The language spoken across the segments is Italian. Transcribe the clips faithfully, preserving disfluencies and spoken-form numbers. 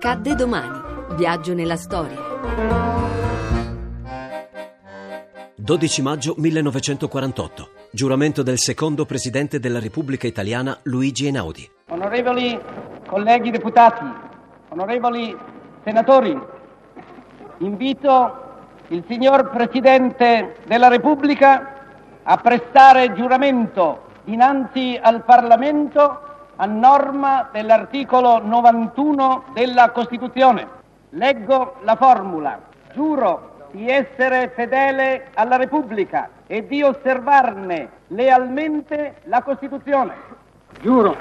Accadde domani. Viaggio nella storia. dodici maggio millenovecentoquarantotto. Giuramento del secondo presidente della Repubblica Italiana, Luigi Einaudi. Onorevoli colleghi deputati, onorevoli senatori, invito il signor Presidente della Repubblica a prestare giuramento dinanzi al Parlamento a norma dell'articolo novantuno della Costituzione. Leggo la formula. Giuro di essere fedele alla Repubblica e di osservarne lealmente la Costituzione. Giuro.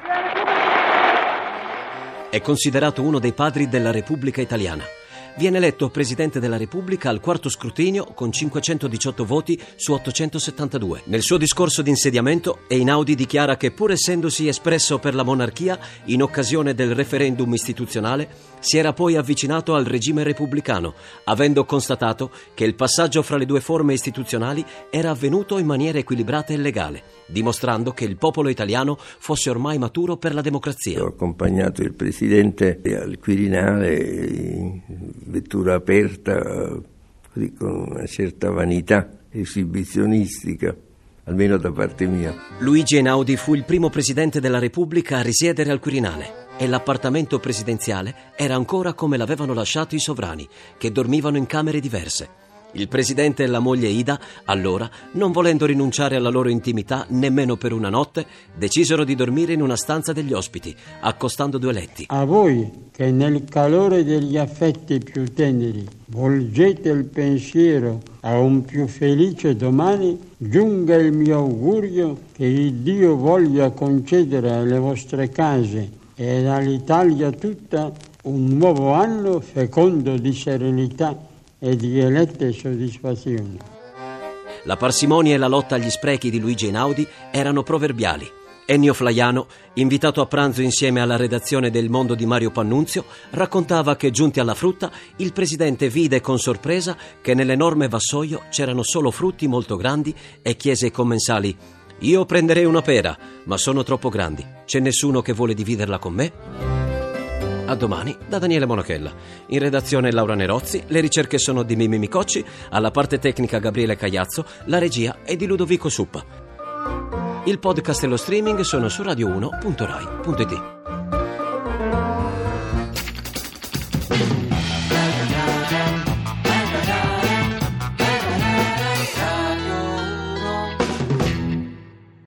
È considerato uno dei padri della Repubblica Italiana. Viene eletto Presidente della Repubblica al quarto scrutinio con cinquecentodiciotto voti su ottocentosettantadue. Nel suo discorso di insediamento, Einaudi dichiara che, pur essendosi espresso per la monarchia in occasione del referendum istituzionale, si era poi avvicinato al regime repubblicano, avendo constatato che il passaggio fra le due forme istituzionali era avvenuto in maniera equilibrata e legale, dimostrando che il popolo italiano fosse ormai maturo per la democrazia. Ho accompagnato il Presidente al Quirinale in vettura aperta, così, con una certa vanità esibizionistica, almeno da parte mia. Luigi Einaudi fu il primo Presidente della Repubblica a risiedere al Quirinale e l'appartamento presidenziale era ancora come l'avevano lasciato i sovrani, che dormivano in camere diverse. Il Presidente e la moglie Ida, allora, non volendo rinunciare alla loro intimità nemmeno per una notte, decisero di dormire in una stanza degli ospiti, accostando due letti. A voi, che nel calore degli affetti più teneri volgete il pensiero a un più felice domani, giunga il mio augurio che il Dio voglia concedere alle vostre case ed all'Italia tutta un nuovo anno fecondo di serenità e di elette soddisfazioni. La parsimonia e la lotta agli sprechi di Luigi Einaudi erano proverbiali. Ennio Flaiano, invitato a pranzo insieme alla redazione del Mondo di Mario Pannunzio, raccontava che, giunti alla frutta, il presidente vide con sorpresa che nell'enorme vassoio c'erano solo frutti molto grandi e chiese ai commensali: «Io prenderei una pera, ma sono troppo grandi. C'è nessuno che vuole dividerla con me?» A domani da Daniele Monachella. In redazione Laura Nerozzi, le ricerche sono di Mimmi Micocci, alla parte tecnica Gabriele Cagliazzo, la regia è di Ludovico Suppa. Il podcast e lo streaming sono su radio uno punto rai punto it.